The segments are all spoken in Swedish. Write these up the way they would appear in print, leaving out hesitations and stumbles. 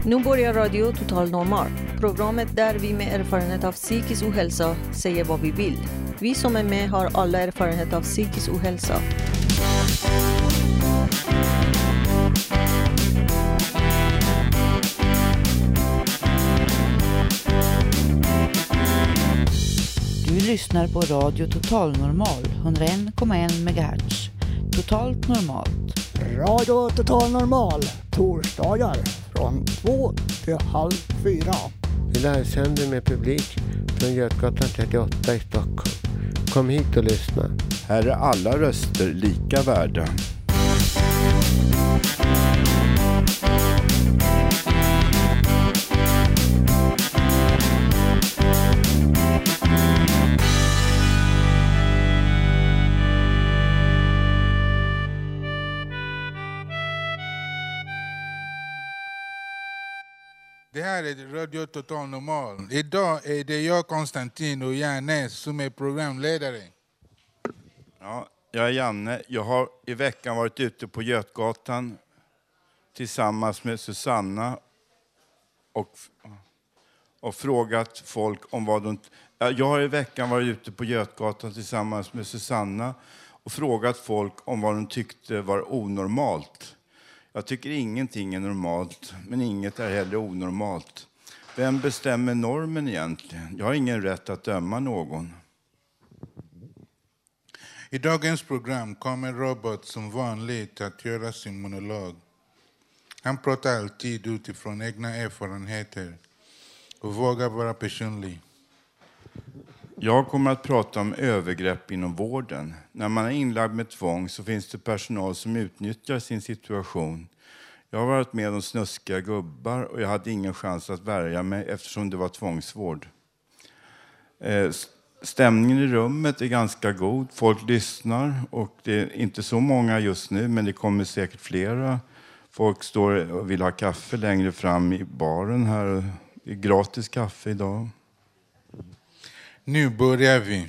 Nu börjar Radio Total Normal. Programmet där vi med erfarenhet av psykisk ohälsa säger vad vi vill. Vi som är med har alla erfarenhet av psykisk ohälsa. Du lyssnar på Radio Total Normal 101,1 MHz. Totalt normalt. Radio Total Normal. Torsdagar från 2 till halv 4. Vi livesänder med publik från Götgatan 38 i Stockholm. Kom hit och lyssna. Här är alla röster lika värda. Det här är Radio Total Normal. Idag är det jag, Konstantin och Janne, som är programledare. Ja, jag är Janne. Jag har i veckan varit ute på Götgatan tillsammans med Susanna och frågat folk om vad de... Jag har i veckan varit ute på Götgatan tillsammans med Susanna och frågat folk om vad de tyckte var onormalt. Jag tycker ingenting är normalt, men inget är heller onormalt. Vem bestämmer normen egentligen? Jag har ingen rätt att döma någon. I dagens program kommer Robert som vanligt att göra sin monolog. Han pratar alltid utifrån egna erfarenheter och vågar vara personlig. Jag kommer att prata om övergrepp inom vården. När man är inlagd med tvång så finns det personal som utnyttjar sin situation. Jag har varit med om snuskiga gubbar och jag hade ingen chans att värja mig eftersom det var tvångsvård. Stämningen i rummet är ganska god. Folk lyssnar och det är inte så många just nu, men det kommer säkert flera. Folk står och vill ha kaffe längre fram i baren här. Det är gratis kaffe idag. Nu börjar vi.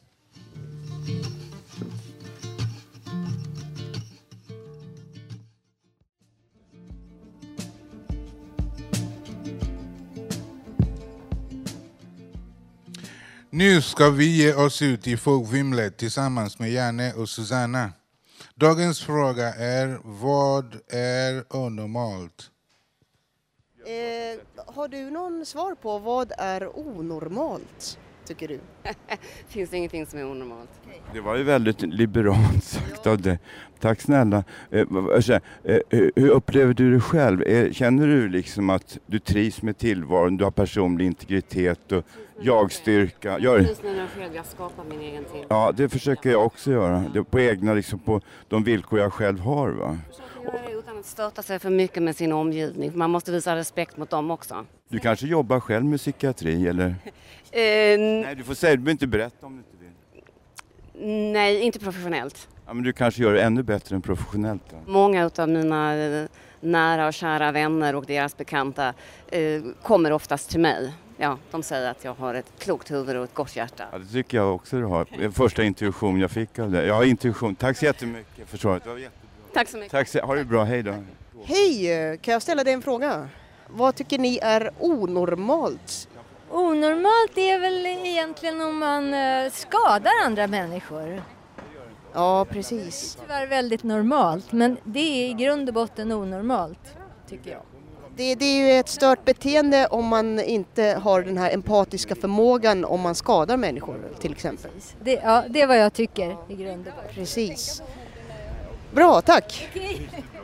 Nu ska vi ge oss ut i folkvimlet tillsammans med Janne och Susanna. Dagens fråga är: vad är onormalt? Har du någon svar på vad är onormalt, tycker du? Finns det ingenting som är onormalt? Det var ju väldigt liberalt sagt av dig. Tack snälla. Hur upplever du det själv? Känner du liksom att du trivs med tillvaron, du har personlig integritet och jagstyrka? Jag trivs när jag själv, jag skapar min egen tillvaro. Ja, det försöker jag också göra. Det på egna, liksom på de villkor jag själv har, va? Göra det utan att stöta sig för mycket med sin omgivning. Man måste visa respekt mot dem också. Du kanske jobbar själv med psykiatri, eller? Nej, du får säga, du behöver inte berätta om du inte vill. Nej, inte professionellt. Ja, men du kanske gör det ännu bättre än professionellt då. Många av mina nära och kära vänner och deras bekanta kommer oftast till mig. Ja, de säger att jag har ett klokt huvud och ett gott hjärta. Ja, det tycker jag också du har. Det första intuition jag fick av det. Jag har intuition. Tack så jättemycket för svaret. Det var jättebra. Tack så mycket. Tack så, ha det bra. Hej då. Hej, kan jag ställa dig en fråga? Vad tycker ni är onormalt? Onormalt är väl egentligen om man skadar andra människor. Ja, precis. Det är väldigt normalt, men det är i grund och botten onormalt, tycker jag. Det är ju ett stört beteende om man inte har den här empatiska förmågan om man skadar människor, till exempel. Det är vad jag tycker i grund och botten. Precis. Bra, tack. Okej.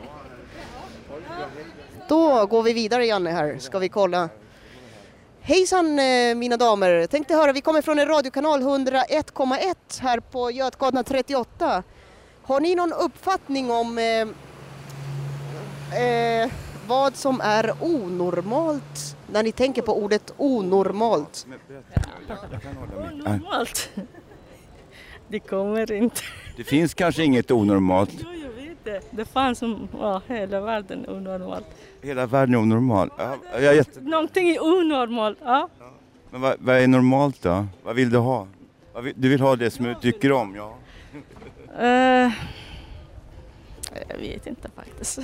Då går vi vidare, Janne, här. Ska vi kolla. Hejsan mina damer. Tänkte höra, vi kommer från en radiokanal 101,1 här på Götgatan 38. Har ni någon uppfattning om vad som är onormalt när ni tänker på ordet onormalt? Onormalt? Det kommer inte. Det finns kanske inget onormalt. Jo, jag vet det. Det fanns hela världen onormalt. Hela världen är onormal? Någonting är onormalt, ja. Men vad är normalt då? Vad vill du ha? Du vill ha det som du tycker om, ja. Jag vet inte faktiskt.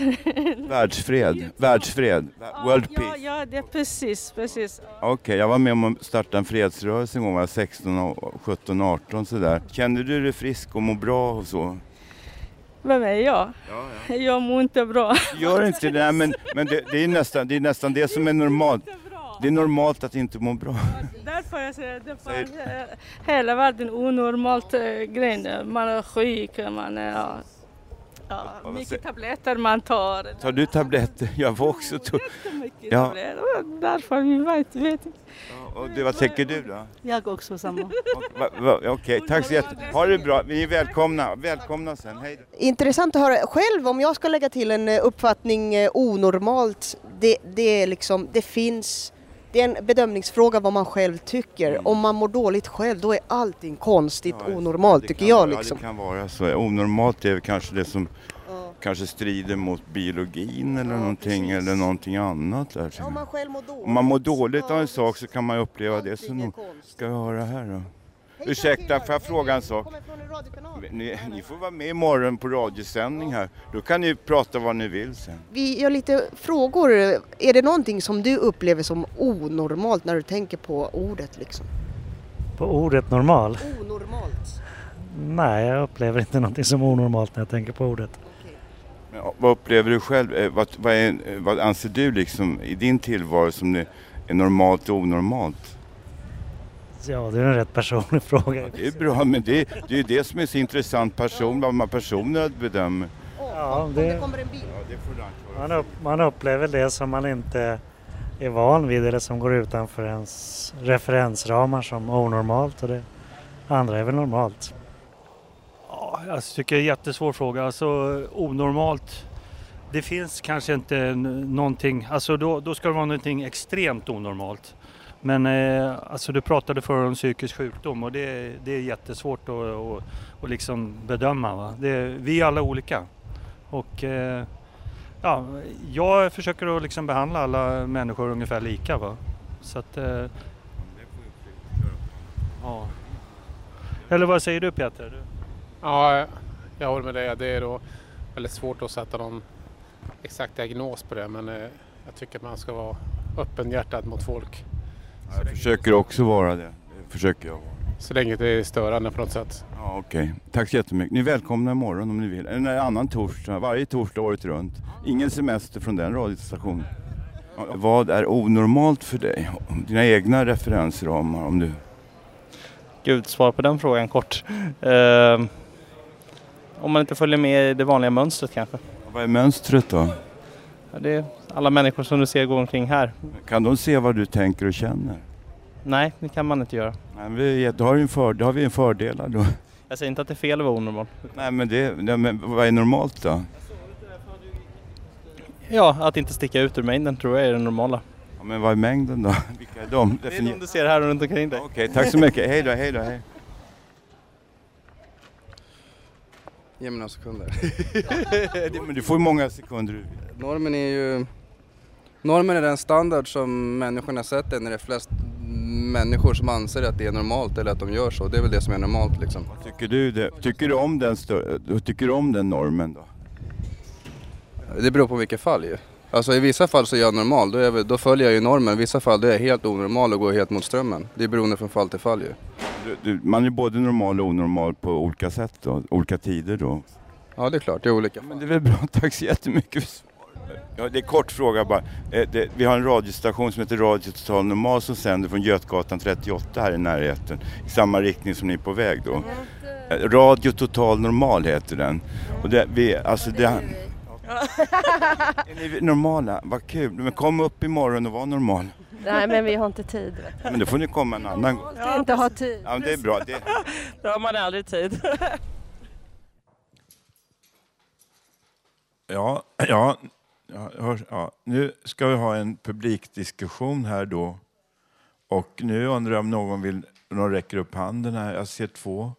Världsfred. World Peace. Ja, det är precis. Okej, jag var med om att starta en fredsrörelse en gång, var 16, 17, 18 sådär. Kände du dig frisk och må bra och så? Vem är jag? Ja. Jag mår inte bra. Gör inte det, men det är nästan det som är normalt. Det är normalt att inte må bra. Därför jag säger att det fanns hela världen onormalt grej. Man är sjuk, man är... Ja, mycket tabletter man tar. Tar du tabletter? Jag var också mycket tabletter. Därför vi vet inte. Och vad tänker du då? Jag också samma. Okej, tack så jättemycket. Ha det bra. Vi är välkomna. Välkomna sen. Hej då. Intressant att höra. Själv, om jag ska lägga till en uppfattning onormalt, det är liksom, det finns... Det är en bedömningsfråga vad man själv tycker. Om man mår dåligt själv, då är allting konstigt onormalt, tycker jag. Liksom. Ja, det kan vara så. Onormalt är kanske det som kanske strider mot biologin eller någonting, eller någonting annat. Där. Om man själv mår dåligt. Om man mår dåligt av en sak så kan man uppleva det. Så nog ska jag höra här då. Ursäkta, får jag fråga en sak? Ni får vara med imorgon på radiosändning här. Då kan ni prata vad ni vill sen. Vi gör lite frågor. Är det någonting som du upplever som onormalt när du tänker på ordet liksom? På ordet normal? Onormalt. Nej, jag upplever inte någonting som onormalt när jag tänker på ordet. Men, vad upplever du själv? Vad anser du liksom i din tillvaro som är normalt och onormalt? Ja, det är en rätt personlig fråga. Ja, det är bra, men det är ju det som är så intressant vad man personer bedömer. Ja, det kommer en bil. Ja, man upplever det som man inte är van vid eller som går utanför ens referensramar som onormalt, och det andra är väl normalt. Ja, jag tycker det är en jättesvår fråga. Alltså onormalt, det finns kanske inte någonting, alltså då ska det vara någonting extremt onormalt. Men alltså du pratade förr om psykisk sjukdom, och det är jättesvårt att liksom bedöma. Va? Vi är alla olika. Och ja, jag försöker att liksom behandla alla människor ungefär lika. Va? Så att, ja. Eller vad säger du, Peter? Ja, jag håller med dig. Det är då väldigt svårt att sätta någon exakt diagnos på det. Men jag tycker att man ska vara öppenhjärtad mot folk. Jag försöker också vara det. Försöker jag vara. Så länge det är störande på något sätt. Ja, okej. Tack så jättemycket. Ni är välkomna imorgon om ni vill. En annan torsdag. Varje torsdag året runt. Ingen semester från den radiostationen. Ja, vad är onormalt för dig? Dina egna referensramar om du... Gud, svar på den frågan kort. Om man inte följer med i det vanliga mönstret kanske. Vad är mönstret då? Ja, det är alla människor som du ser gå omkring här. Kan de se vad du tänker och känner? Nej, det kan man inte göra. Nej, då har vi en fördel då. Jag säger inte att det är fel att vara onormal. Nej, men vad är normalt då? Ja, att inte sticka ut ur mängden tror jag är det normala. Ja, men vad är mängden då? Vilka är de? Det är de du ser här runt omkring dig. Okej, tack så mycket. Hej då, hej då, hej. Ge mig några sekunder. Men du får ju många sekunder. Normen är den standard som människorna sätter när det är flest människor som anser att det är normalt eller att de gör så. Det är väl det som är normalt liksom. Vad tycker du det? Tycker du om den normen då? Det beror på vilket fall ju. Alltså i vissa fall så är jag normal, då följer jag ju normen. I vissa fall då är jag helt onormal och går helt mot strömmen. Det är beroende från fall till fall ju. Man är både normal och onormal på olika sätt då, olika tider då. Ja, det är klart, det är olika. Men det är väl bra, tack så jättemycket för svaret. Ja, det är kort fråga bara. Vi har en radiostation som heter Radio Total Normal som sänder från Götgatan 38 här i närheten. I samma riktning som ni är på väg då. Radio Total Normal heter den. Och är ni normala? Vad kul. Men kom upp imorgon och var normal. Nej, men vi har inte tid. Men då får ni komma en annan gång. Ja, inte ha tid. Ja, men det är bra. Då har man aldrig tid. Ja, nu ska vi ha en publikdiskussion här då. Och nu undrar jag om någon räcker upp handen här. Jag ser två.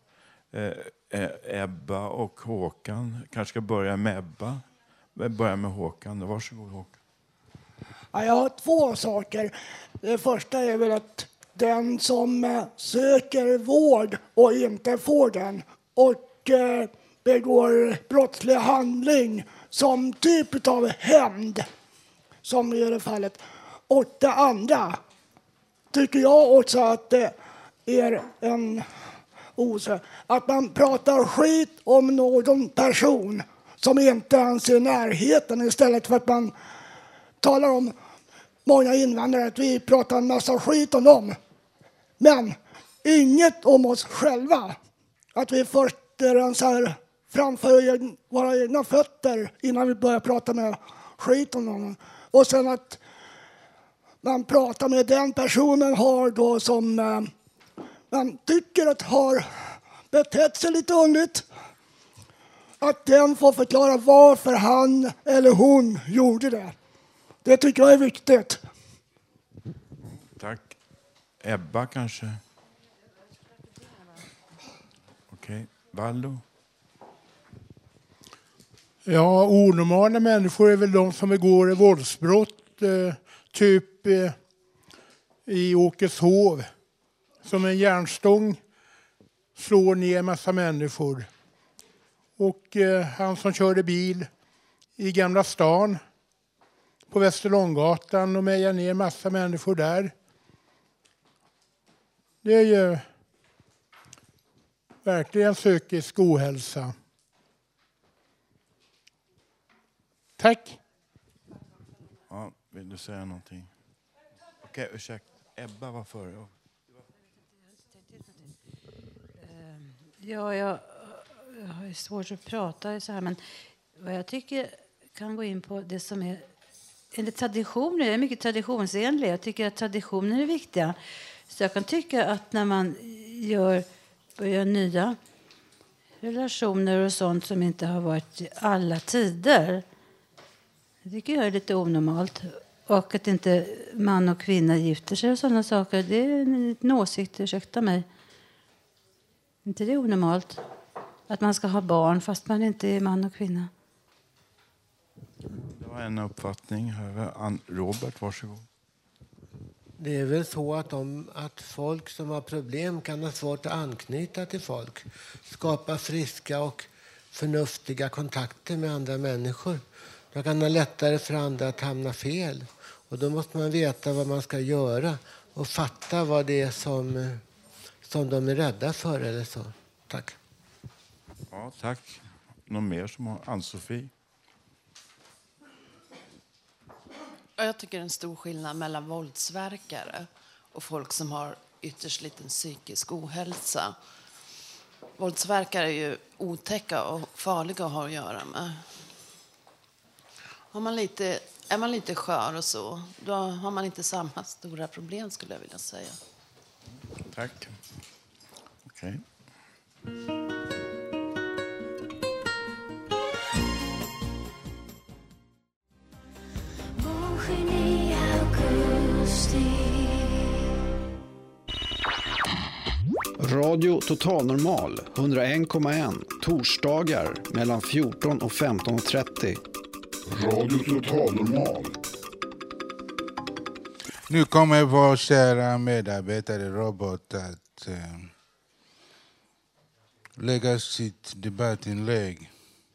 Ebba och Håkan. Kanske ska börja med Ebba. Börja med Håkan. Varsågod Håkan. Ja, jag har två saker. Det första är väl att den som söker vård och inte får den och begår brottslig handling som typ av hämnd, som i det fallet, och det andra tycker jag också att det är en att man pratar skit om någon person som inte ens är i närheten, istället för att man talar om många invandrare, att vi pratar en massa skit om dem. Men inget om oss själva. Att vi först rensar framför våra egna fötter innan vi börjar prata med skit om någon. Och sen att man pratar med den personen har då som man tycker att har betett sig lite underligt. Att den får förklara varför han eller hon gjorde det. Det tycker jag är viktigt. Tack. Ebba kanske? Okej. Vallo? Ja, onormala människor är väl de som begår våldsbrott. Typ i Åkeshov. Som en järnstång slår ner en massa människor. Och han som körde bil i Gamla stan på Västerlånggatan och mejar ner en massa människor där. Det är ju verkligen psykisk ohälsa. Tack. Ja, vill du säga någonting? Okej, ursäkta. Ebba var före. Ja, jag har svårt att prata så här, men vad jag tycker kan gå in på det som är enligt traditioner. Jag är mycket traditionsenlig. Jag tycker att traditioner är viktiga. Så jag kan tycka att när man börjar nya relationer och sånt som inte har varit i alla tider, det tycker jag är lite onormalt. Och att inte man och kvinna gifter sig och sådana saker, det är en åsikt, ursäkta mig. Inte det är onormalt att man ska ha barn fast man inte är man och kvinna. Det var en uppfattning. Robert, varsågod. Det är väl så att folk som har problem kan ha svårt att anknyta till folk. Skapa friska och förnuftiga kontakter med andra människor. Då kan det lättare för andra att hamna fel. Och då måste man veta vad man ska göra och fatta vad det är som de är rädda för eller så. Tack. Ja, tack. Någon mer som har? Ann-Sofie? Jag tycker det är en stor skillnad mellan våldsverkare och folk som har ytterst liten psykisk ohälsa. Våldsverkare är ju otäcka och farliga att ha att göra med. Är man lite skör och så, då har man inte samma stora problem, skulle jag vilja säga. Tack. Okej. Radio Total Normal 101,1 torsdagar mellan 14 och 15:30. Radio Total Normal. Nu kommer vår kära medarbetare Robert att lägga sitt debattinlägg.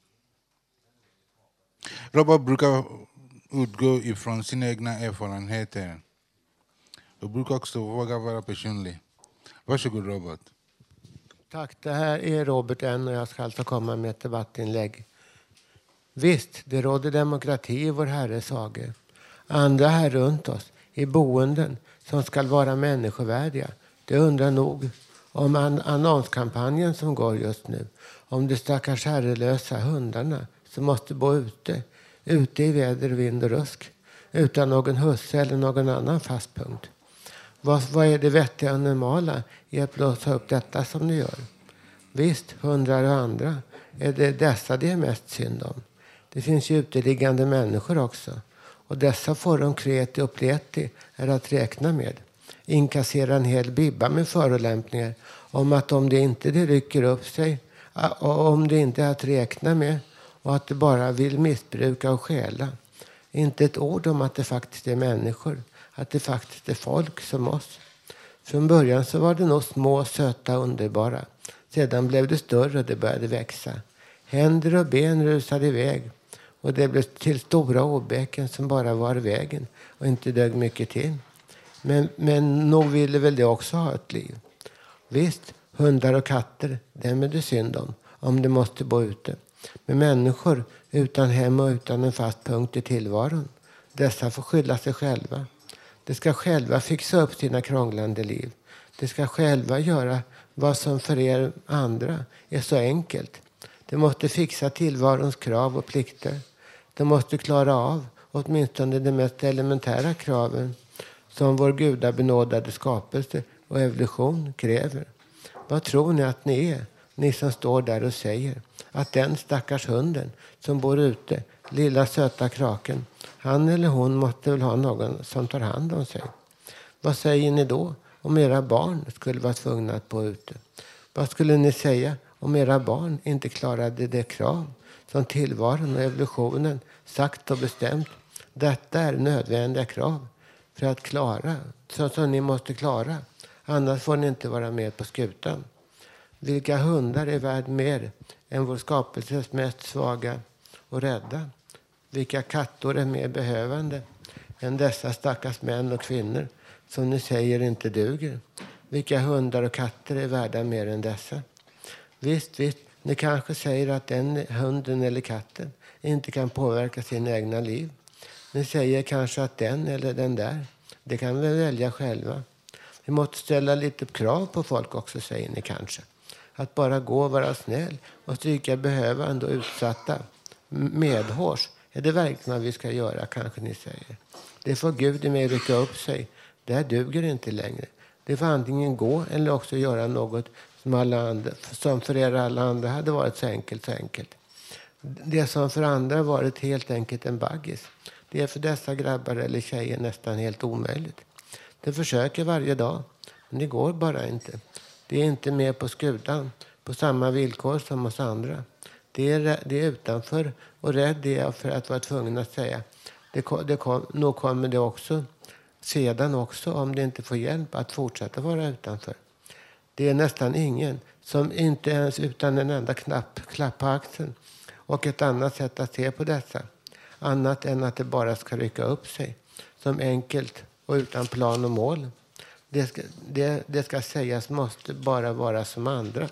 Robert brukar utgå ifrån sina egna erfarenheter och brukar också våga vara personlig. Varsågod Robert. Tack, det här är Robert N och jag ska alltså komma med ett debattinlägg. Visst, det råder demokrati i vår Herres hage. Andra här runt oss i boenden som ska vara människovärdiga. Det undrar nog om annonskampanjen som går just nu. Om de stackars herrelösa hundarna som måste bo ute i väder, vind och rusk. Utan någon husse eller någon annan fast punkt. Vad är det vettiga och normala i att blåsa upp detta som ni gör? Visst, hundar och andra är det dessa det är mest synd om. Det finns ju uteliggande människor också. Och dessa får de kreti och pleti är att räkna med. Inkassera en hel bibba med förolämpningar om att om det inte det rycker upp sig och om det inte är att räkna med och att det bara vill missbruka och stjäla. Inte ett ord om att det faktiskt är människor. Att det faktiskt är folk som oss. Från början så var det nog små, söta, underbara. Sedan blev det större och det började växa. Händer och ben rusade iväg och det blev till stora åbäcken som bara var vägen och inte dög mycket till. Men nog ville väl det också ha ett liv. Visst, hundar och katter, dem är det synd om de måste bo ute. Men människor utan hem och utan en fast punkt i tillvaron, dessa får skylla sig själva. De ska själva fixa upp sina krånglande liv. De ska själva göra vad som för er andra är så enkelt. De måste fixa tillvarons krav och plikter. De måste klara av åtminstone de mest elementära kraven som vår gudabenådade skapelse och evolution kräver. Vad tror ni att ni är, ni som står där och säger att den stackars hunden som bor ute, lilla söta kraken, han eller hon måste väl ha någon som tar hand om sig? Vad säger ni då om era barn skulle vara tvungna att bo ute? Vad skulle ni säga om era barn inte klarade det krav som tillvaron och evolutionen sagt och bestämt? Detta är nödvändiga krav för att klara, så som ni måste klara. Annars får ni inte vara med på skutan. Vilka hundar är värd mer än vår skapelses mest svaga och rädda? Vilka kattor är mer behövande än dessa stackars män och kvinnor som ni säger inte duger? Vilka hundar och katter är värda mer än dessa? Visst, ni kanske säger att den hunden eller katten inte kan påverka sina egna liv. Ni säger kanske att den eller den där, det kan vi välja själva. Vi måste ställa lite krav på folk också, säger ni kanske. Att bara gå och vara snäll och stryka behövande och utsatta medhårs. Är det verkligen vad vi ska göra, kanske ni säger. Det får Gud i mig rycka upp sig. Det här duger inte längre. Det får antingen gå eller också göra något som för er alla andra hade varit så enkelt. Det som för andra varit helt enkelt en baggis. Det är för dessa grabbar eller tjejer nästan helt omöjligt. De försöker varje dag, men det går bara inte. Det är inte med på skutan på samma villkor som oss andra. Det är utanför och rädd är jag för att vara tvungen att säga. Nog kommer det också sedan också om det inte får hjälp att fortsätta vara utanför. Det är nästan ingen som inte ens utan en enda klapp på axeln och ett annat sätt att se på dessa. Annat än att det bara ska rycka upp sig som enkelt och utan plan och mål. Det ska sägas måste bara vara som andra.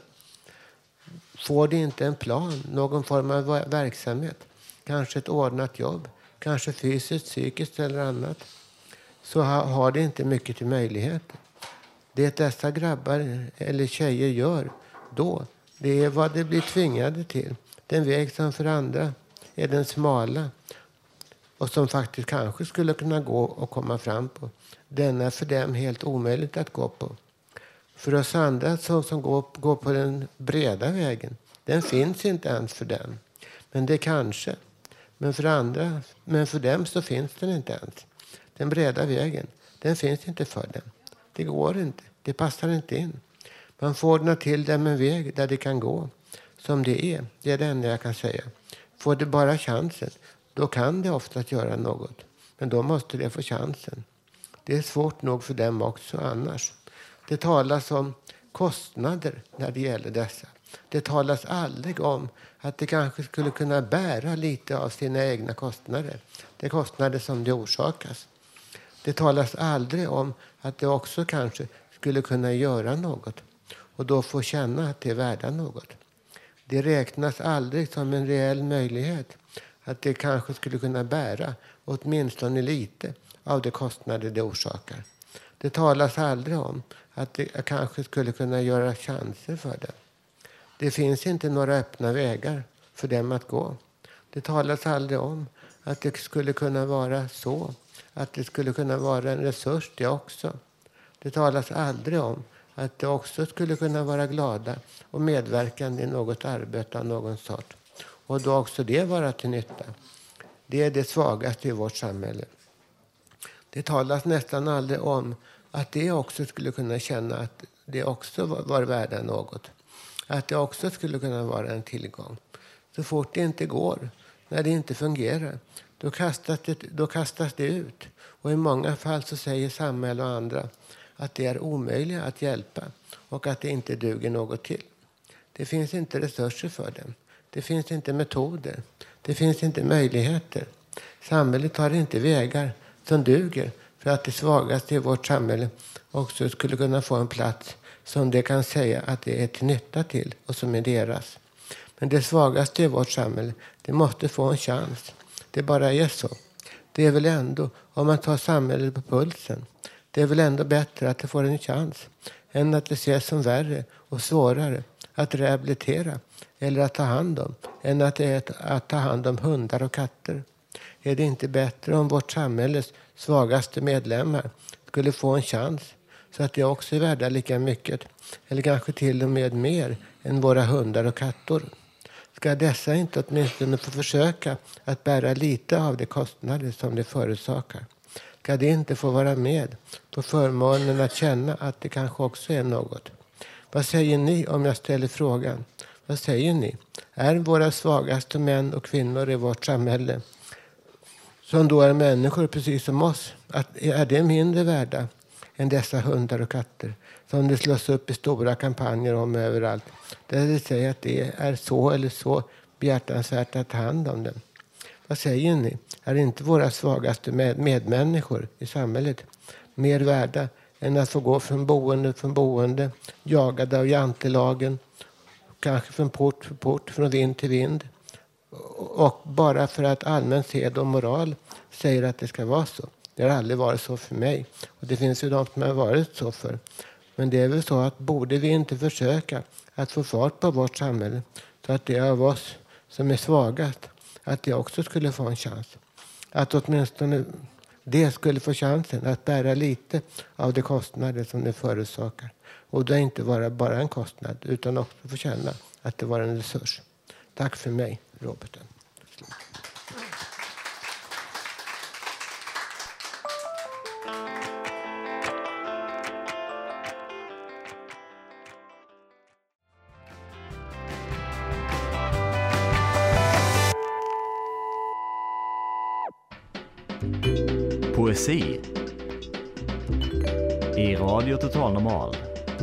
Får det inte en plan, någon form av verksamhet, kanske ett ordnat jobb, kanske fysiskt, psykiskt eller annat, så har det inte mycket till möjligheter. Det dessa grabbar eller tjejer gör då, det är vad de blir tvingade till. Den väg som för andra är den smala och som faktiskt kanske skulle kunna gå och komma fram på. Den är för dem helt omöjligt att gå på. För oss andra som går på den breda vägen, den finns inte ens för dem. Men det kanske. Men för dem så finns den inte ens. Den breda vägen, den finns inte för dem. Det går inte. Det passar inte in. Man får ordna till dem en väg där det kan gå som det är. Det är det enda jag kan säga. Får det bara chansen, då kan det oftast göra något. Men då måste det få chansen. Det är svårt nog för dem också annars. Det talas om kostnader när det gäller dessa. Det talas aldrig om att det kanske skulle kunna bära lite av sina egna kostnader. Det är kostnader som det orsakas. Det talas aldrig om att det också kanske skulle kunna göra något och då få känna att det är värda något. Det räknas aldrig som en reell möjlighet att det kanske skulle kunna bära åtminstone lite av de kostnader det orsakar. Det talas aldrig om att det kanske skulle kunna göra chanser för det. Det finns inte några öppna vägar för dem att gå. Det talas aldrig om att det skulle kunna vara så. Att det skulle kunna vara en resurs det också. Det talas aldrig om att det också skulle kunna vara glada och medverkande i något arbete av någon sort. Och då också det vara till nytta. Det är det svagaste i vårt samhälle. Det talas nästan aldrig om att det också skulle kunna känna att det också var värda något. Att det också skulle kunna vara en tillgång. Så fort det inte går, när det inte fungerar, då kastas det ut. Och i många fall så säger samhälle och andra att det är omöjligt att hjälpa och att det inte duger något till. Det finns inte resurser för dem. Det finns inte metoder. Det finns inte möjligheter. Samhället har inte vägar som duger för att det svagaste i vårt samhälle också skulle kunna få en plats som det kan säga att det är till nytta till och som är deras. Men det svagaste i vårt samhälle, det måste få en chans. Det bara är så. Det är väl ändå, om man tar samhället på pulsen, det är väl ändå bättre att det får en chans än att det ses som värre och svårare att rehabilitera eller att ta hand om än att det är att ta hand om hundar och katter. Är det inte bättre om vårt samhälles svagaste medlemmar skulle få en chans så att de också är värda lika mycket eller kanske till och med mer än våra hundar och katter? Ska dessa inte åtminstone få försöka att bära lite av de kostnader som de förorsakar? Ska de inte få vara med på förmånen att känna att det kanske också är något? Vad säger ni om jag ställer frågan? Vad säger ni? Är våra svagaste män och kvinnor i vårt samhälle, som då är människor precis som oss, är det mindre värda än dessa hundar och katter som det slås upp i stora kampanjer om överallt, där det säger att det är så eller så behjärtansvärt att ta hand om dem? Vad säger ni? Är inte våra svagaste medmänniskor i samhället mer värda än att få gå från boende, jagade av jantelagen, kanske från port för port, från vind till vind, och bara för att allmän sed och moral säger att det ska vara så? Det har aldrig varit så för mig, och det finns ju de som har varit så för. Men det är väl så att borde vi inte försöka att få fart på vårt samhälle så att det av oss som är svagast, att det också skulle få en chans. Att åtminstone det skulle få chansen att bära lite av de kostnader som det förorsakar. Och det inte vara bara en kostnad utan också få känna att det var en resurs. Tack för mig, Robert. Poesi i Radio Total Normal.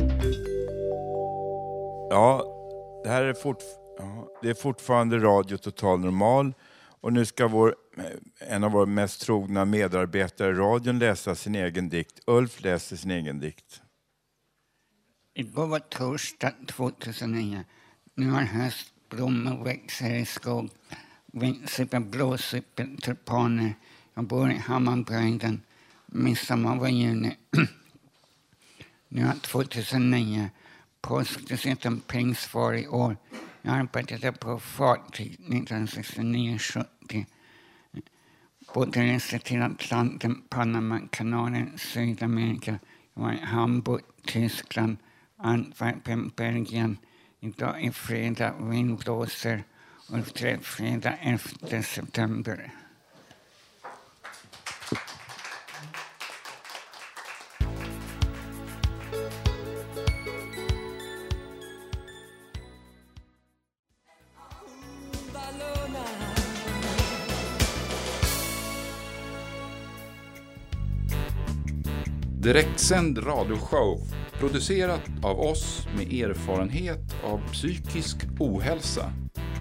Ja, det här är det är fortfarande Radio Total Normal, och nu ska en av våra mest trogna medarbetare i radion läsa sin egen dikt. Ulf läser sin egen dikt. Igår var torsdag 2009. Nu har höstblommor växer i skog. Vindsippor, blåsippor, tulpaner. Jag bor i Hammarbyhöjden. Midsommar var juni. Nu är 2009. Påsk dessutom pingsvar i år. Jag arbetade på fartyg 1969-70. Både reste till Atlanten, Panama, Kanarien, Sydamerika. Jag var i Hamburg, Tyskland, Antwerpen, Belgien. Idag är fredag, vind blåser. Och fredag 11 september. Direktsänd radioshow producerat av oss med erfarenhet av psykisk ohälsa.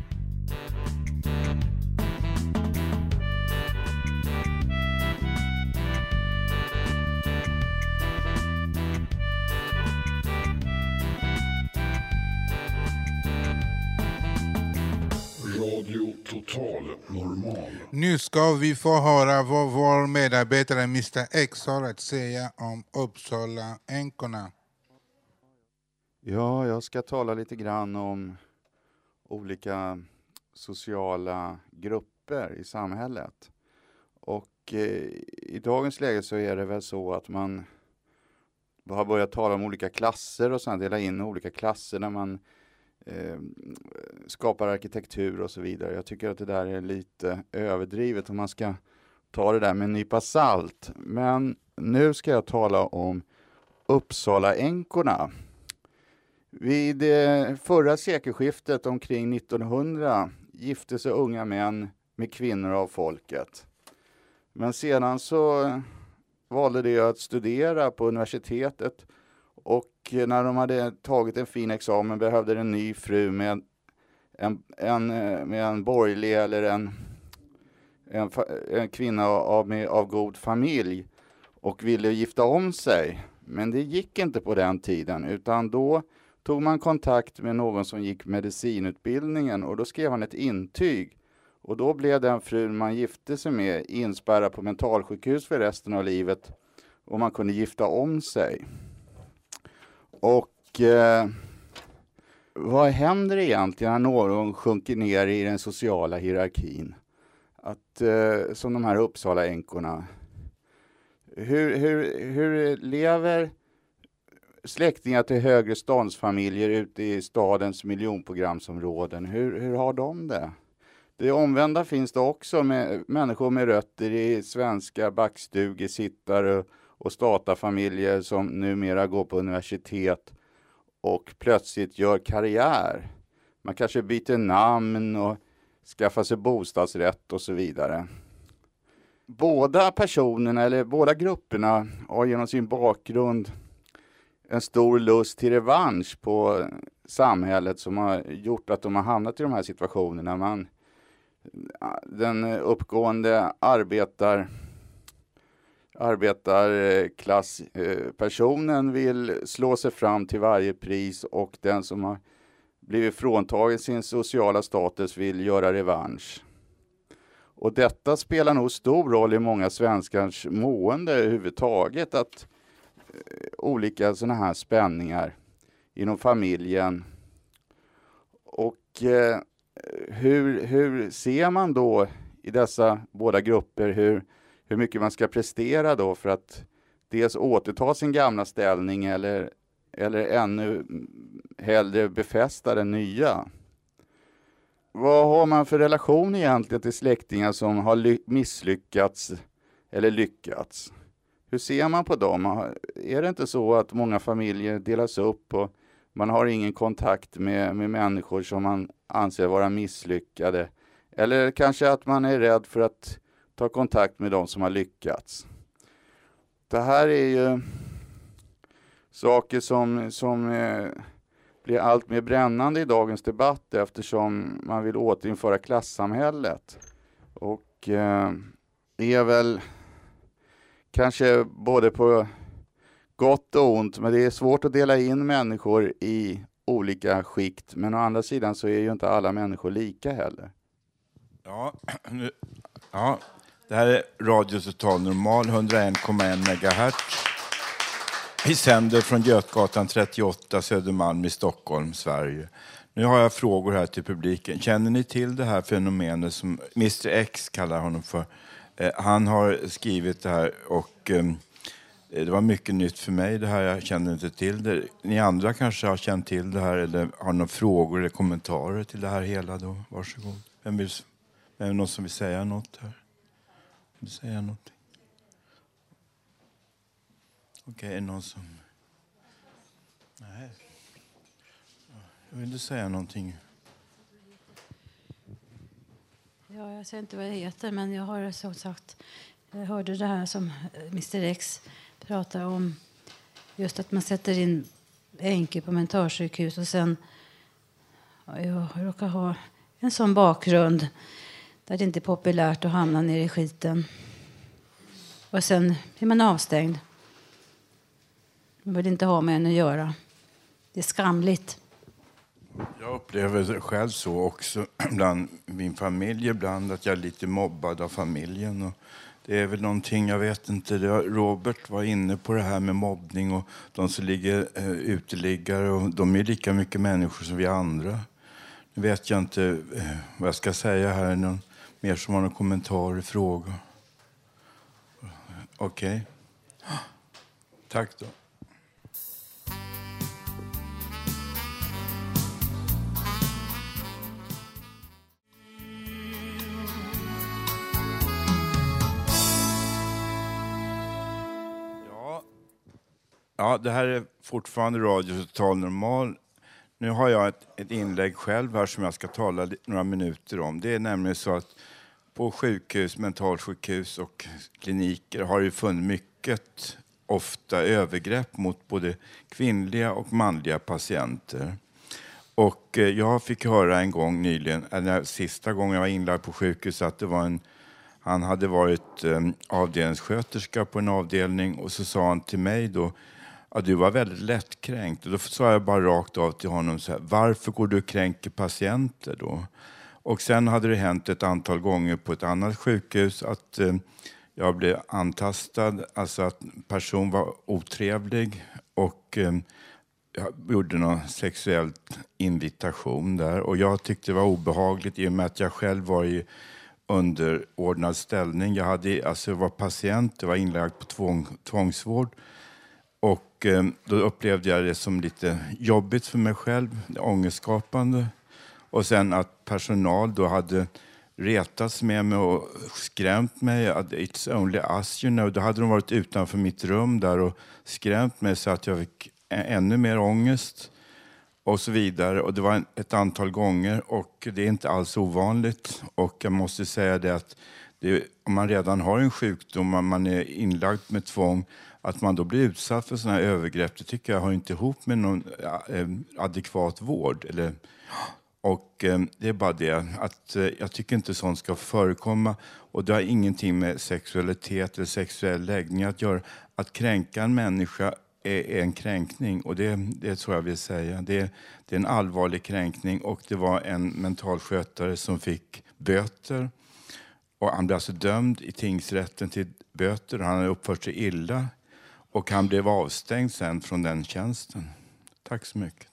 Radio Total Normal. Nu ska vi få höra vad vår medarbetare Mr. X har att säga om Uppsala-änkorna. Ja, jag ska tala lite grann om olika sociala grupper i samhället. Och i dagens läge så är det väl så att man har börjat tala om olika klasser och sen dela in olika klasser när man skapar arkitektur och så vidare. Jag tycker att det där är lite överdrivet om man ska ta det där med en nypa salt. Men nu ska jag tala om Uppsala-änkorna. Vid förra sekelskiftet omkring 1900 gifte sig unga män med kvinnor av folket. Men sedan så valde de att studera på universitetet, och när de hade tagit en fin examen behövde en ny fru med med en borgerlig eller en kvinna av god familj och ville gifta om sig. Men det gick inte på den tiden, utan då tog man kontakt med någon som gick medicinutbildningen och då skrev han ett intyg. Och då blev den frun man gifte sig med inspärrad på mentalsjukhus för resten av livet och man kunde gifta om sig. Och vad händer egentligen när någon sjunker ner i den sociala hierarkin? Som de här Uppsala-änkorna. Hur lever släktingar till högre ståndsfamiljer ute i stadens miljonprogramsområden? Hur har de det? Det omvända finns det också med människor med rötter i svenska backstugesittare och statarfamiljer som numera går på universitet och plötsligt gör karriär. Man kanske byter namn och skaffar sig bostadsrätt och så vidare. Båda personerna eller båda grupperna har genom sin bakgrund en stor lust till revansch på samhället som har gjort att de har hamnat i de här situationerna. Den uppgående arbetarklasspersonen vill slå sig fram till varje pris och den som har blivit fråntagen sin sociala status vill göra revansch. Och detta spelar nog stor roll i många svenskars mående överhuvudtaget, att olika sådana här spänningar inom familjen. Och hur ser man då i dessa båda grupper hur mycket man ska prestera då för att dels återta sin gamla ställning eller ännu hellre befästa den nya? Vad har man för relation egentligen till släktingar som har misslyckats eller lyckats? Hur ser man på dem? Är det inte så att många familjer delas upp och man har ingen kontakt med människor som man anser vara misslyckade? Eller kanske att man är rädd för att ta kontakt med de som har lyckats? Det här är ju saker som blir allt mer brännande i dagens debatt eftersom man vill återinföra klassamhället. Och är väl kanske både på gott och ont, men det är svårt att dela in människor i olika skikt. Men å andra sidan så är ju inte alla människor lika heller. Ja, det här är Radio Total Normal, 101,1 MHz. Vi sänder från Götgatan 38, Södermalm i Stockholm, Sverige. Nu har jag frågor här till publiken. Känner ni till det här fenomenet som Mr X kallar honom för? Han har skrivit det här och det var mycket nytt för mig det här. Jag kände inte till det. Ni andra kanske har känt till det här eller har några frågor eller kommentarer till det här hela då? Varsågod. Vem är någon som vill säga något här? Vill säga någonting? Okej, är det någon som... Nej. Jag vill inte säga någonting. Ja, jag säger inte vad jag heter, men jag har så sagt... Jag hörde det här som Mr X pratade om. Just att man sätter in änkor på mentalsjukhus och sen... Jag råkar ha en sån bakgrund där det inte är populärt att hamna ner i skiten. Och sen är man avstängd. Man vill inte ha med en att göra. Det är skamligt. Jag upplever det själv så också bland min familj ibland att jag är lite mobbad av familjen. Och det är väl någonting, jag vet inte, Robert var inne på det här med mobbning och de som ligger uteliggare och de är lika mycket människor som vi andra. Nu vet jag inte vad jag ska säga här, någon mer som har någon kommentar i fråga. Okej. Tack då. Ja, det här är fortfarande Radio Total Normal. Nu har jag ett inlägg själv här som jag ska tala några minuter om. Det är nämligen så att på sjukhus, mentalsjukhus och kliniker har det funnits mycket ofta övergrepp mot både kvinnliga och manliga patienter. Och jag fick höra en gång nyligen, eller sista gången jag var inlagd på sjukhus, att det var han hade varit avdelningssköterska på en avdelning, och så sa han till mig då att du var väldigt lättkränkt. Och då sa jag bara rakt av till honom så här: varför går du och kränker patienter då? Och sen hade det hänt ett antal gånger på ett annat sjukhus att jag blev antastad, alltså att person var otrevlig, och jag gjorde någon sexuell invitation där, och jag tyckte det var obehagligt i och med att jag själv var i underordnad ställning. Jag var patient, jag var inlagd på tvångsvård, och då upplevde jag det som lite jobbigt för mig själv, ångestskapande. Och sen att personal då hade retats med mig och skrämt mig. It's only us, you know. Då hade de varit utanför mitt rum där och skrämt mig så att jag fick ännu mer ångest och så vidare. Och det var ett antal gånger, och det är inte alls ovanligt. Och jag måste säga det att om man redan har en sjukdom och man är inlagd med tvång, att man då blir utsatt för sådana här övergrepp, det tycker jag har inte ihop med någon adekvat vård. Och det är bara det att jag tycker inte sånt ska förekomma, och det har ingenting med sexualitet eller sexuell läggning att göra. Att kränka en människa är en kränkning, och det tror jag vill säga. Det är en allvarlig kränkning, och det var en mentalskötare som fick böter, och han blev alltså dömd i tingsrätten till böter. Han hade uppfört sig illa, och han blev avstängd sen från den tjänsten. Tack så mycket.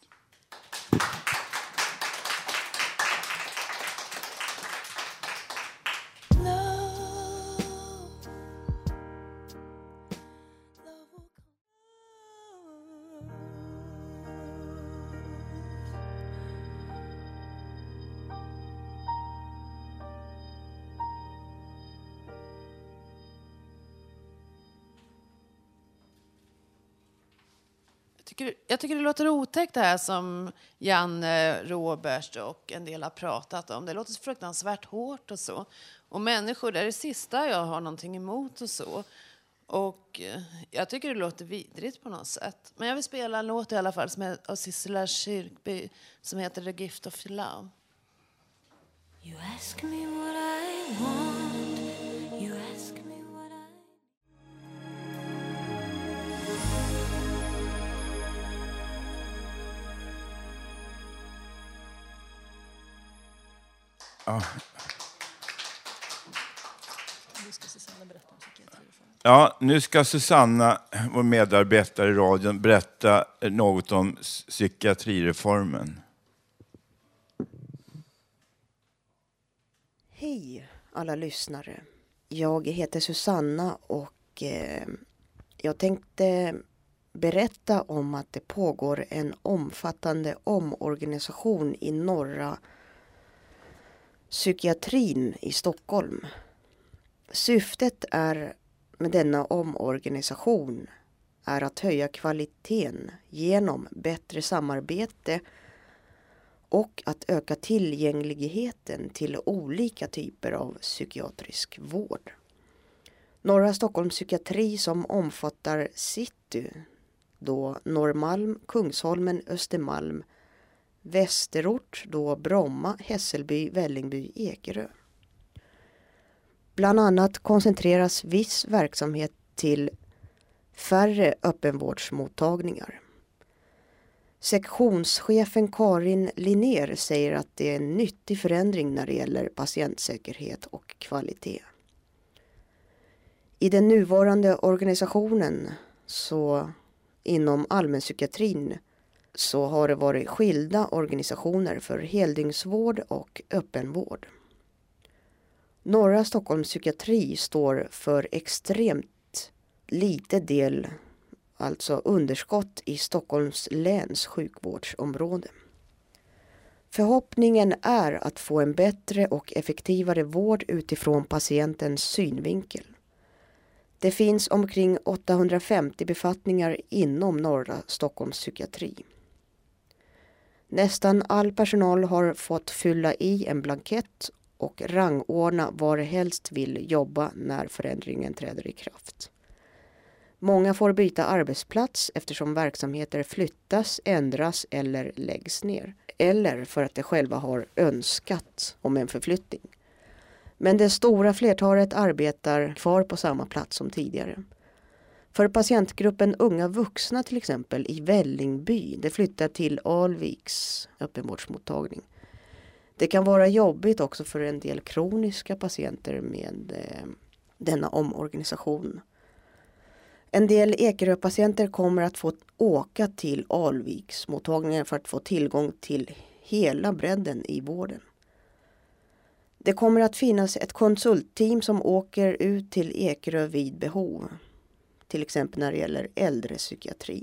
Jag tycker det låter otäckt det här som Janne, Robert och en del har pratat om. Det låter så fruktansvärt hårt och så. Och människor, det är det sista jag har någonting emot och så. Och jag tycker det låter vidrigt på något sätt. Men jag vill spela en låt i alla fall som är av Sissela Kyrkby som heter The Gift of Love. You ask me what I want. You ask me what I... Ja. Ja, nu ska Susanna, vår medarbetare i radion, berätta något om psykiatrireformen. Hej alla lyssnare. Jag heter Susanna och jag tänkte berätta om att det pågår en omfattande omorganisation i norra psykiatrin i Stockholm. Syftet är med denna omorganisation är att höja kvaliteten genom bättre samarbete och att öka tillgängligheten till olika typer av psykiatrisk vård. Norra Stockholms psykiatri som omfattar city, då Norrmalm, Kungsholmen, Östermalm, Västerort, då Bromma, Hässelby, Vällingby, Ekerö. Bland annat koncentreras viss verksamhet till färre öppenvårdsmottagningar. Sektionschefen Karin Linnér säger att det är en nyttig förändring när det gäller patientsäkerhet och kvalitet. I den nuvarande organisationen så inom allmänpsykiatrin så har det varit skilda organisationer för heldygnsvård och öppenvård. Norra Stockholms psykiatri står för extremt lite del, alltså underskott i Stockholms läns sjukvårdsområde. Förhoppningen är att få en bättre och effektivare vård utifrån patientens synvinkel. Det finns omkring 850 befattningar inom Norra Stockholms psykiatri. Nästan all personal har fått fylla i en blankett och rangordna var helst vill jobba när förändringen träder i kraft. Många får byta arbetsplats eftersom verksamheter flyttas, ändras eller läggs ner. Eller för att de själva har önskat om en förflyttning. Men det stora flertalet arbetar kvar på samma plats som tidigare. För patientgruppen unga vuxna till exempel i Vällingby, det flyttar till Alviks öppenvårdsmottagning. Det kan vara jobbigt också för en del kroniska patienter med denna omorganisation. En del Ekerö-patienter kommer att få åka till Alviksmottagningen för att få tillgång till hela bredden i vården. Det kommer att finnas ett konsultteam som åker ut till Ekerö vid behov. Till exempel när det gäller äldrepsykiatrin.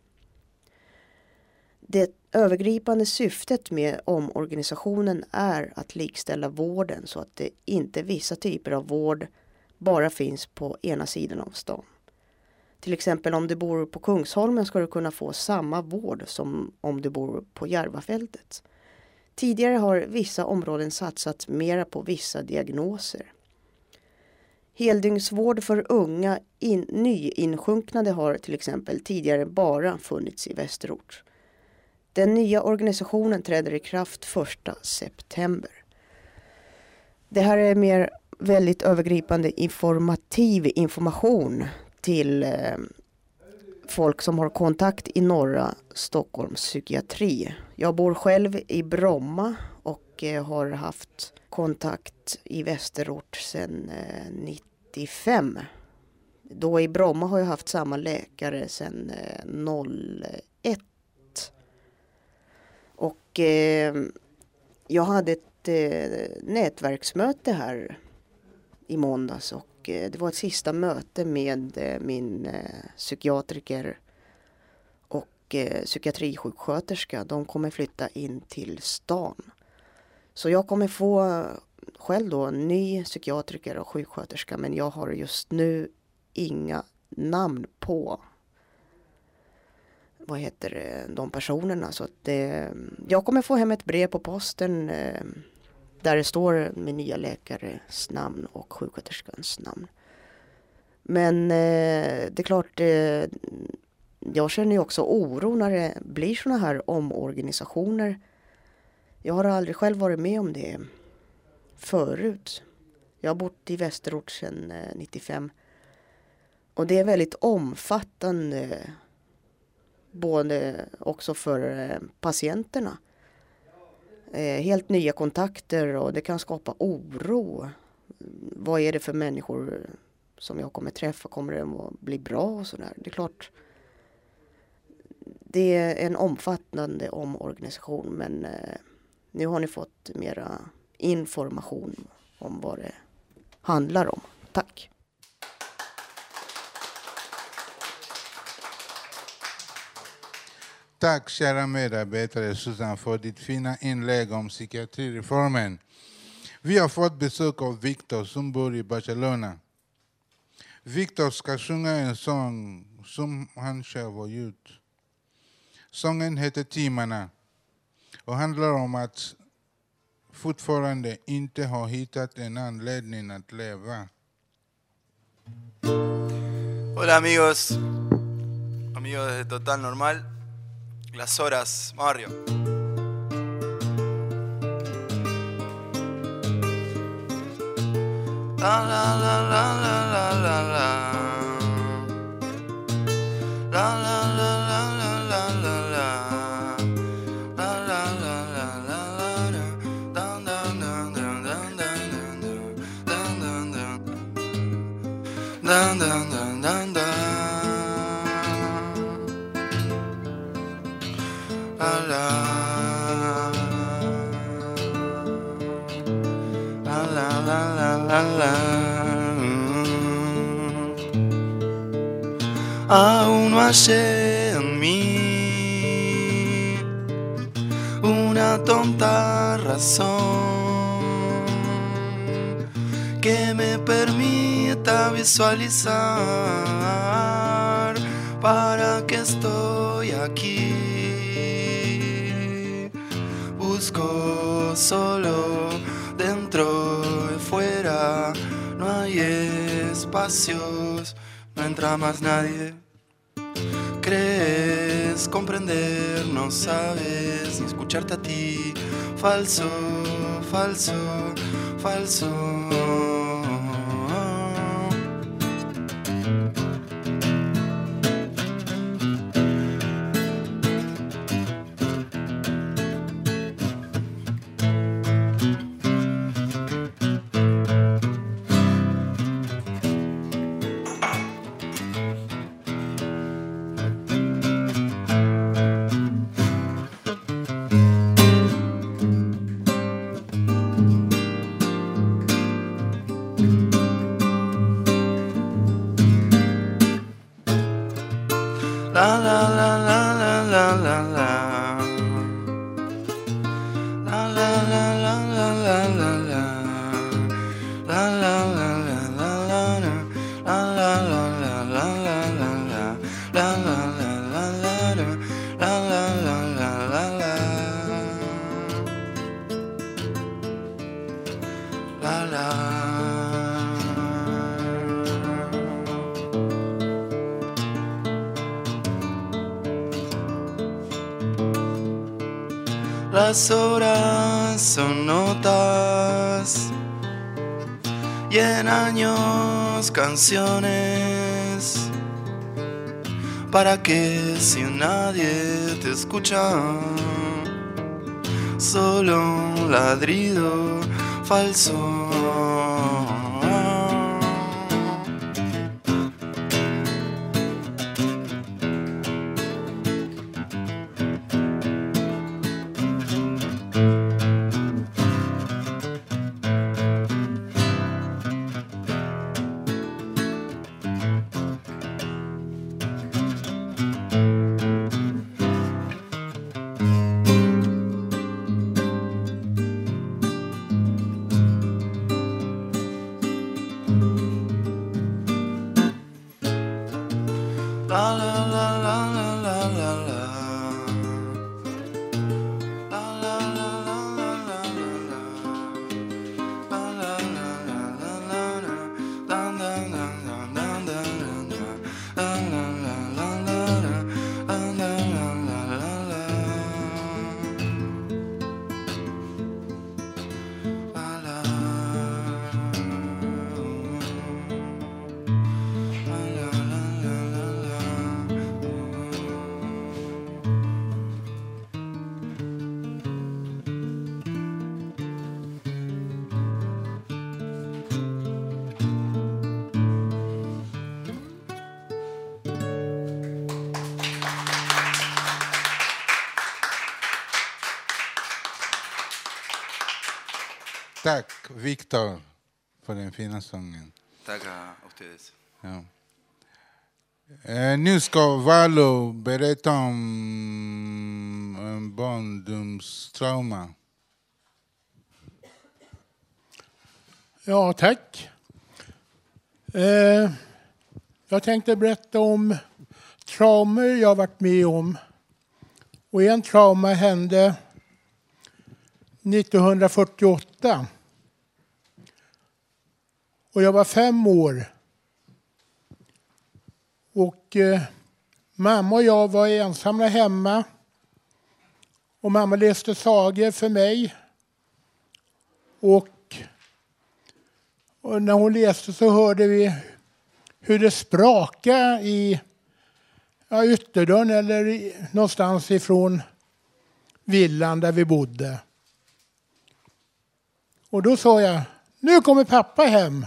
Det övergripande syftet med omorganisationen är att likställa vården så att det inte vissa typer av vård bara finns på ena sidan av stan. Till exempel om du bor på Kungsholmen ska du kunna få samma vård som om du bor på Järvafältet. Tidigare har vissa områden satsat mera på vissa diagnoser. Heldygnsvård för unga nyinsjunknade har till exempel tidigare bara funnits i Västerort. Den nya organisationen träder i kraft 1 september. Det här är mer väldigt övergripande information till folk som har kontakt i norra Stockholms psykiatri. Jag bor själv i Bromma och har haft kontakt i Västerort sedan 95. Då i Bromma har jag haft samma läkare sedan 01. Och jag hade ett nätverksmöte här i måndags och det var ett sista möte med min psykiatriker och psykiatrisjuksköterska. De kommer flytta in till stan. Så jag kommer få själv då en ny psykiatriker och sjuksköterska, men jag har just nu inga namn på de personerna. Så att jag kommer få hem ett brev på posten där det står min nya läkares namn och sjuksköterskans namn. Men det är klart, jag känner ju också oro när det blir såna här omorganisationer. Jag har aldrig själv varit med om det förut. Jag har bott i Västerort sedan 95. Och det är väldigt omfattande, både också för patienterna. Helt nya kontakter och det kan skapa oro. Vad är det för människor som jag kommer träffa? Kommer det att bli bra och sådär? Det är klart, det är en omfattande omorganisation, men nu har ni fått mera information om vad det handlar om. Tack! Tack kära medarbetare Susan för ditt fina inlägg om psykiatrireformen. Vi har fått besök av Victor som bor i Barcelona. Victor ska sjunga en sång som han själv har gjort. Sången heter Timmarna och handlar om att fortfarande inte ha hittat en anledning att leva. Hola amigos de Total Normal, Las Horas, Mario. La la la la la la la la. La la la la la la la la. La la la la la la. Dun dun dun dun dun dun dun dun dun dun dun dun. La la la la la la la. Aún no hallé en mí una tonta razón que me permita visualizar para qué estoy aquí. Busco solo dentro y fuera, no hay espacios. no entra más nadie. Crees comprender, no sabes ni escucharte a ti. Falso, falso, falso. La la la la la la la la. La la la la la la la la. La la la la la la la. La la la la la la la la. La la la la la la. La la la la la la. La la. Las horas son notas y en años canciones. ¿Para qué si nadie te escucha? Solo un ladrido falso. La la la la la la la la. La la la la la la la la. La la la la la la la. La la la la la la la. La la la la la la. La la la la la la. La la. Tack Viktor för den fina sången. Tack a ustedes. Ja. Nu ska Valo berätta om en barndomstrauma. Ja, tack. Jag tänkte berätta om traumer jag varit med om. Och en trauma hände 1948. Och jag var 5 år. Och mamma och jag var ensamma hemma. Och mamma läste sagor för mig. Och när hon läste så hörde vi hur det sprakade i ytterdörren eller någonstans ifrån villan där vi bodde. Och då sa jag, nu kommer pappa hem.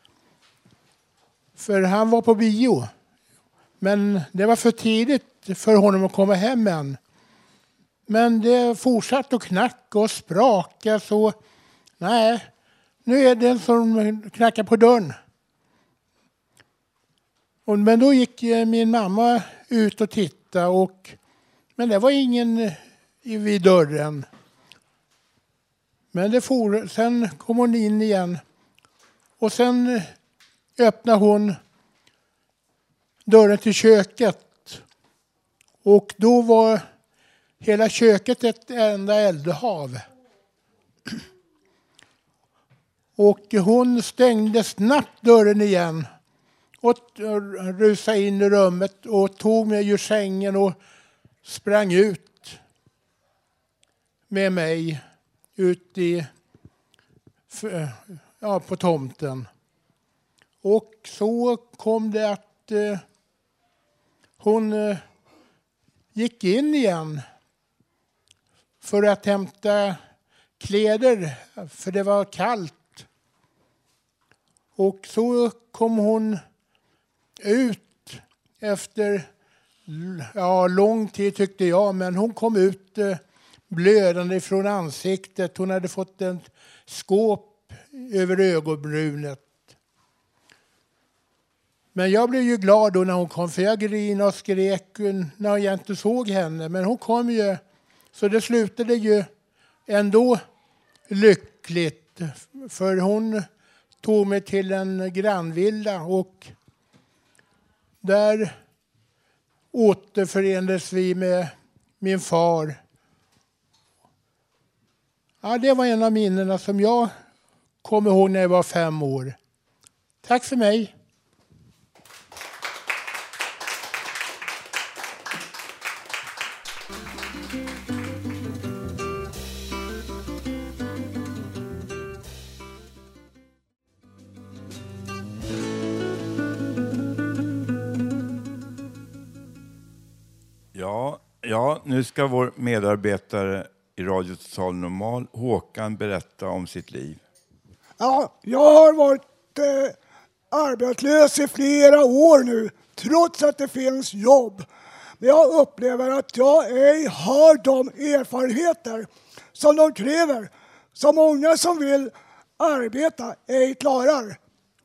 För han var på bio. Men det var för tidigt för honom att komma hem än. Men det fortsatte att knacka och spraka så nej, nu är det en som knackar på dörren. Men då gick min mamma ut och tittade men det var ingen vid dörren. Men sen kom hon in igen och sen öppnade hon dörren till köket. Och då var hela köket ett enda eldhav. Och hon stängde snabbt dörren igen och rusade in i rummet och tog mig ur sängen och sprang ut med mig ut på tomten. Och så kom det att hon gick in igen för att hämta kläder, för det var kallt. Och så kom hon ut efter lång tid tyckte jag, men hon kom ut blödande från ansiktet. Hon hade fått en skåp över ögonbrynet. Men jag blev ju glad då när hon kom, för jag grinade och skrek när jag inte såg henne. Men hon kom ju, så det slutade ju ändå lyckligt. För hon tog mig till en grannvilla och där återförenades vi med min far. Ja, det var en av minnena som jag kommer ihåg när jag var 5 år. Tack för mig. Ja, nu ska vår medarbetare i Radio Total Normal, Håkan, berätta om sitt liv. Ja, jag har varit arbetslös i flera år nu, trots att det finns jobb. Men jag upplever att jag ej har de erfarenheter som de kräver, som många som vill arbeta ej klarar.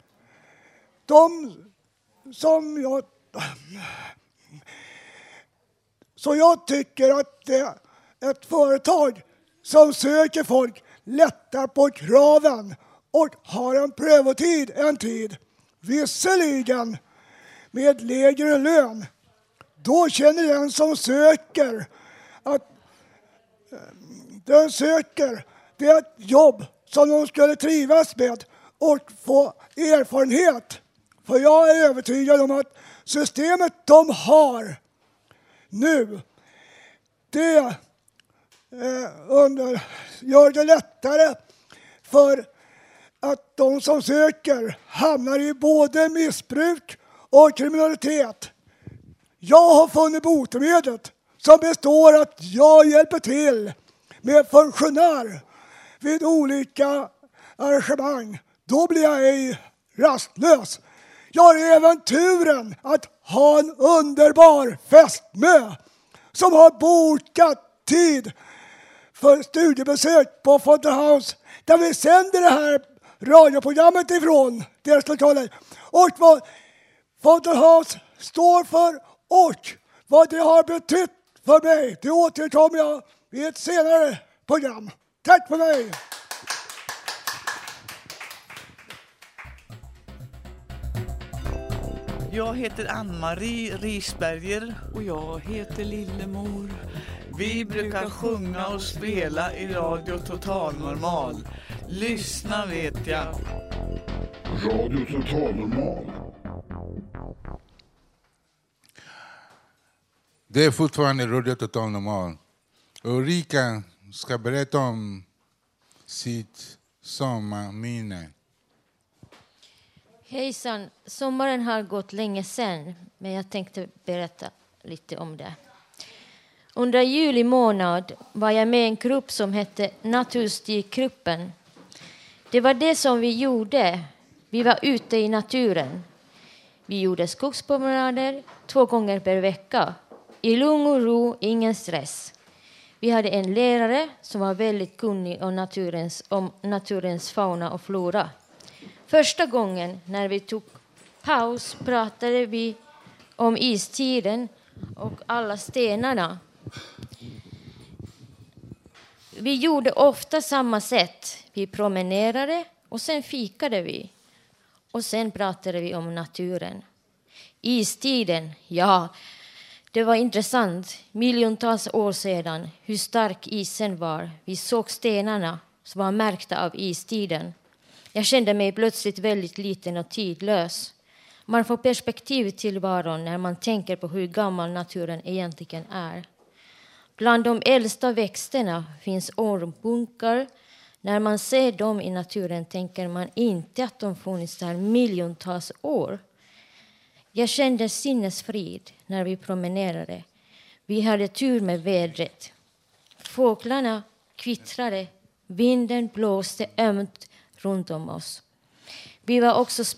Så jag tycker att ett företag som söker folk lättar på kraven och har en prövotid en tid, visserligen med lägre lön. Då känner den som söker att den söker det är ett jobb som de skulle trivas med och få erfarenhet. För jag är övertygad om att systemet de har nu, det gör det lättare för att de som söker hamnar i både missbruk och kriminalitet. Jag har funnit botemedlet som består att jag hjälper till med funktionär vid olika arrangemang. Då blir jag ej rastlös. Jag har även turen att ha en underbar fästmö som har bokat tid för studiebesök på Fountain House där vi sänder det här radioprogrammet ifrån deras lokaler. Och vad Fountain House står för och vad det har betytt för mig, det återkommer jag i ett senare program. Tack för mig! Jag heter Ann-Marie Risberger. Och jag heter Lillemor. Vi brukar sjunga och spela i Radio Total Normal. Lyssna vet jag. Radio Total Normal. Det är fortfarande Radio Total Normal. Ulrika ska berätta om sitt sommarminne. Hejsan, sommaren har gått länge sedan, men jag tänkte berätta lite om det. Under juli månad var jag med i en grupp som hette Naturstigruppen. Det var det som vi gjorde. Vi var ute i naturen. Vi gjorde skogspromenader 2 gånger per vecka. I lugn och ro, ingen stress. Vi hade en lärare som var väldigt kunnig om naturens fauna och flora. Första gången när vi tog paus pratade vi om istiden och alla stenarna. Vi gjorde ofta samma sätt. Vi promenerade och sen fikade vi. Och sen pratade vi om naturen. Istiden, ja, det var intressant. Miljontals år sedan, hur stark isen var. Vi såg stenarna som var märkta av istiden. Jag kände mig plötsligt väldigt liten och tidlös. Man får perspektiv till tillvaron när man tänker på hur gammal naturen egentligen är. Bland de äldsta växterna finns ormbunkar. När man ser dem i naturen tänker man inte att de funnits där miljontals år. Jag kände sinnesfrid när vi promenerade. Vi hade tur med vädret. Fåglarna kvittrade, vinden blåste ömt runt om oss. Det var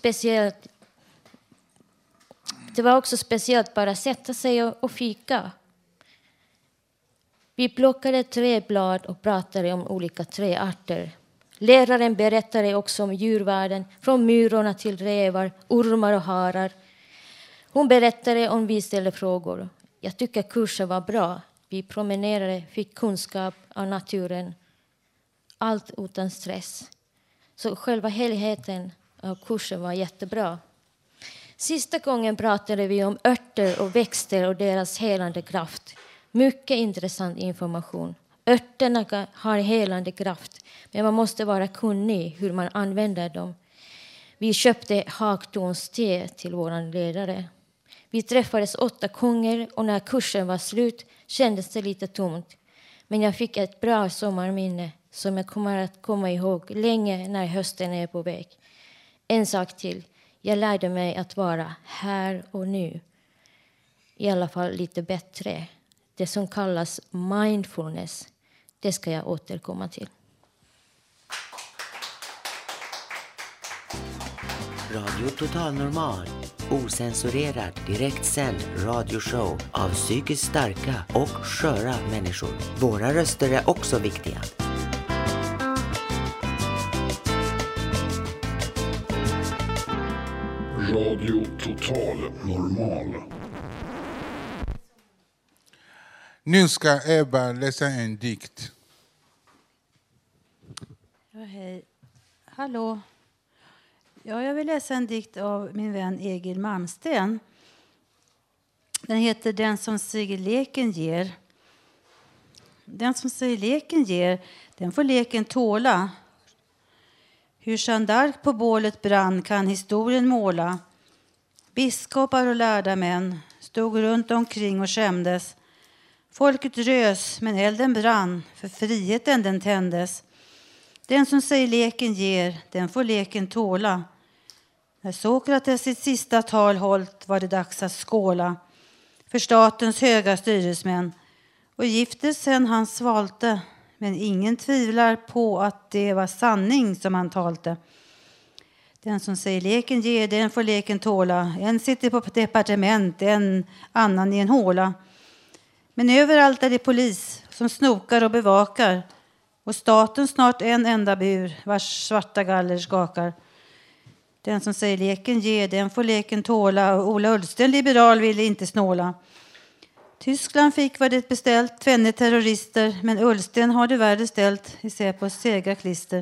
också speciellt bara sätta sig och fika. Vi plockade träblad och pratade om olika träarter. Läraren berättade också om djurvärlden, från myrorna till rävar, ormar och harar. Hon berättade om vi ställde frågor. Jag tycker kursen var bra. Vi promenerade, fick kunskap av naturen. Allt utan stress. Så själva helheten av kursen var jättebra. Sista gången pratade vi om örter och växter och deras helande kraft. Mycket intressant information. Örterna har helande kraft, men man måste vara kunnig hur man använder dem. Vi köpte haktornste till vår ledare. Vi träffades 8 gånger och när kursen var slut kändes det lite tomt. Men jag fick ett bra sommarminne som jag kommer att komma ihåg länge när hösten är på väg. En sak till. Jag lärde mig att vara här och nu. I alla fall lite bättre. Det som kallas mindfulness. Det ska jag återkomma till. Radio Total Normal. Osensurerad, direktsänd radioshow av psykiskt starka och sköra människor. Våra röster är också viktiga. Radio Total Normal. Nu ska Ebba läsa en dikt. Ja, hej. Hallå. Ja, jag vill läsa en dikt av min vän Egil Malmsten. Den heter Den som sig leken ger. Den som sig leken ger, den får leken tåla. Hur Jeanne d'Arc på bålet brann kan historien måla. Biskopar och lärda män stod runt omkring och skämdes. Folket rös, men elden brann, för friheten den tändes. Den som sig leken ger, den får leken tåla. När Sokrates sitt sista tal hållt var det dags att skåla för statens höga styresmän. Och giftes sen han svalte, men ingen tvivlar på att det var sanning som han talte. Den som sig leken ger, den får leken tåla. En sitter på departement, en annan i en håla. Men överallt är det polis som snokar och bevakar. Och staten snart en enda bur vars svarta galler skakar. Den som säger leken ger, den får leken tåla. Och Ola Ullsten, liberal, ville inte snåla. Tyskland fick vad det beställt, 2 terrorister. Men Ullsten har det värre ställt i Säpos sega klister.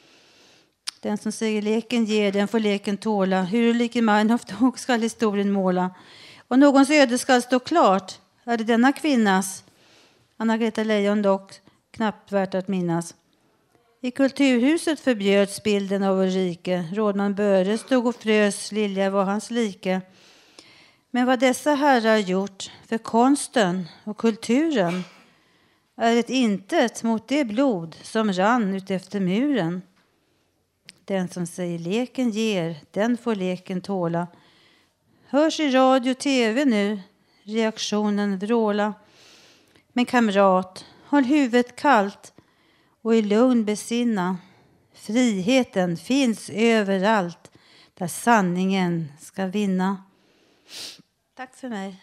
Den som säger leken ger, den får leken tåla. Hur lik Meinhof dog skall historien måla. Och någons öde skall stå klart. Är det denna kvinnas? Anna-Greta Leijon dock, knappt värt att minnas. I kulturhuset förbjöds bilden av Ulrike. Rådman Böre stod och frös, Lilja var hans like. Men vad dessa herrar gjort för konsten och kulturen är ett intet mot det blod som rann ut efter muren. Den som säger leken ger, den får leken tåla. Hörs i radio och tv nu, reaktionen vråla. Men kamrat, håll huvudet kallt och i lugn besinna. Friheten finns överallt där sanningen ska vinna. Tack för mig.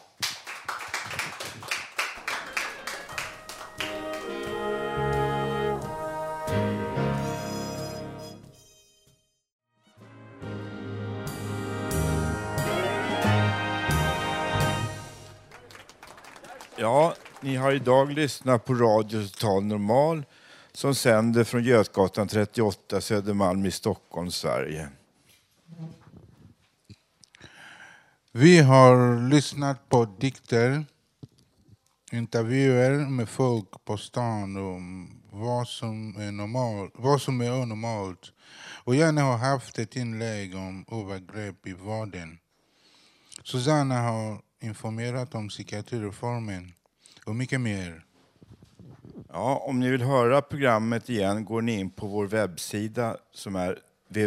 Ja, ni har idag lyssnat på Radio Total Normal som sänder från Götgatan 38, Södermalm i Stockholm, Sverige. Vi har lyssnat på dikter, intervjuer med folk på stan och vad som är onormalt. Och Janne har haft ett inlägg om övergrepp i vården. Susanna har informerat om psykiatrireformen och mycket mer. Ja, om ni vill höra programmet igen går ni in på vår webbsida som är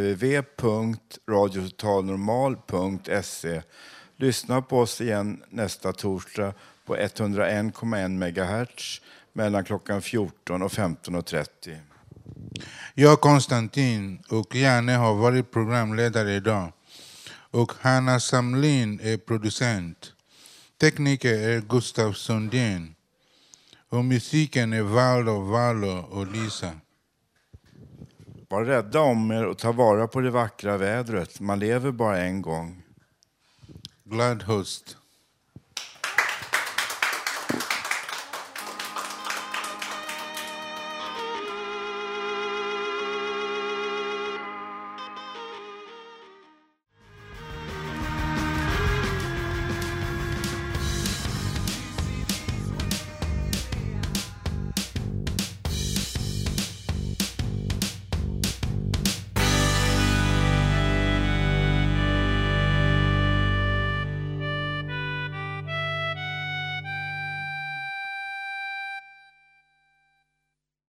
www.radiototalnormal.se. Lyssna på oss igen nästa torsdag på 101,1 MHz mellan klockan 14 och 15.30. Jag, Konstantin och Janne har varit programledare idag. Och Hanna Samlin är producent. Tekniker är Gustav Sundén. Och musiken är Valo och Lisa. Var rädda om er och ta vara på det vackra vädret. Man lever bara en gång. Glad höst.